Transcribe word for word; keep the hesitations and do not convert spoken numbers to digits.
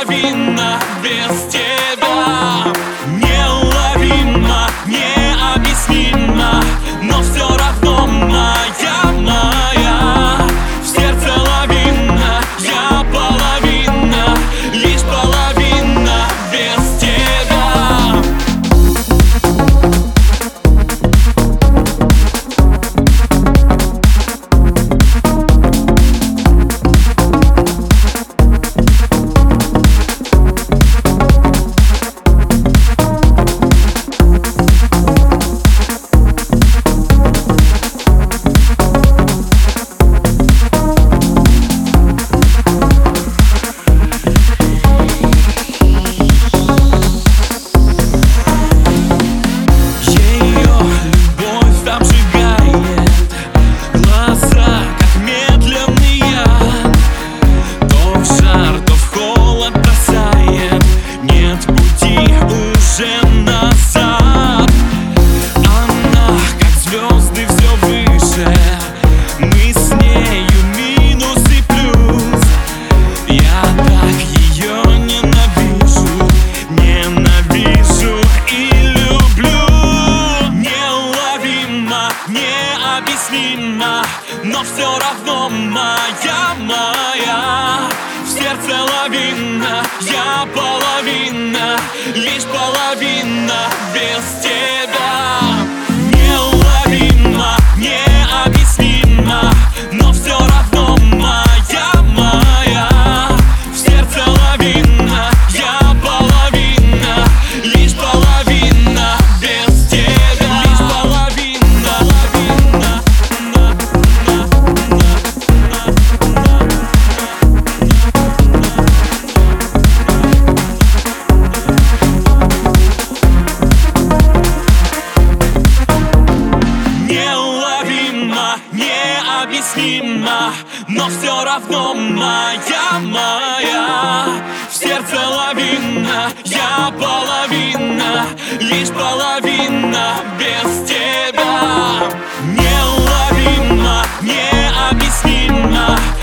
половина без тебя. Неуловимо, необъяснимо, но все равно моя, моя. В сердце лавина, я половина, лишь половина без тебя. Необъяснимо, но все равно моя, моя. В сердце лавина, я половина, лишь половина без тебя. Неуловимо, необъяснимо, но все равно моя, моя. В сердце лавина, я половина, лишь половина без тебя. Лишь половина. Неуловимо, необъяснимо, но все равно моя, моя. В сердце лавина, я половина, лишь половина без тебя. Неуловимо, необъяснимо,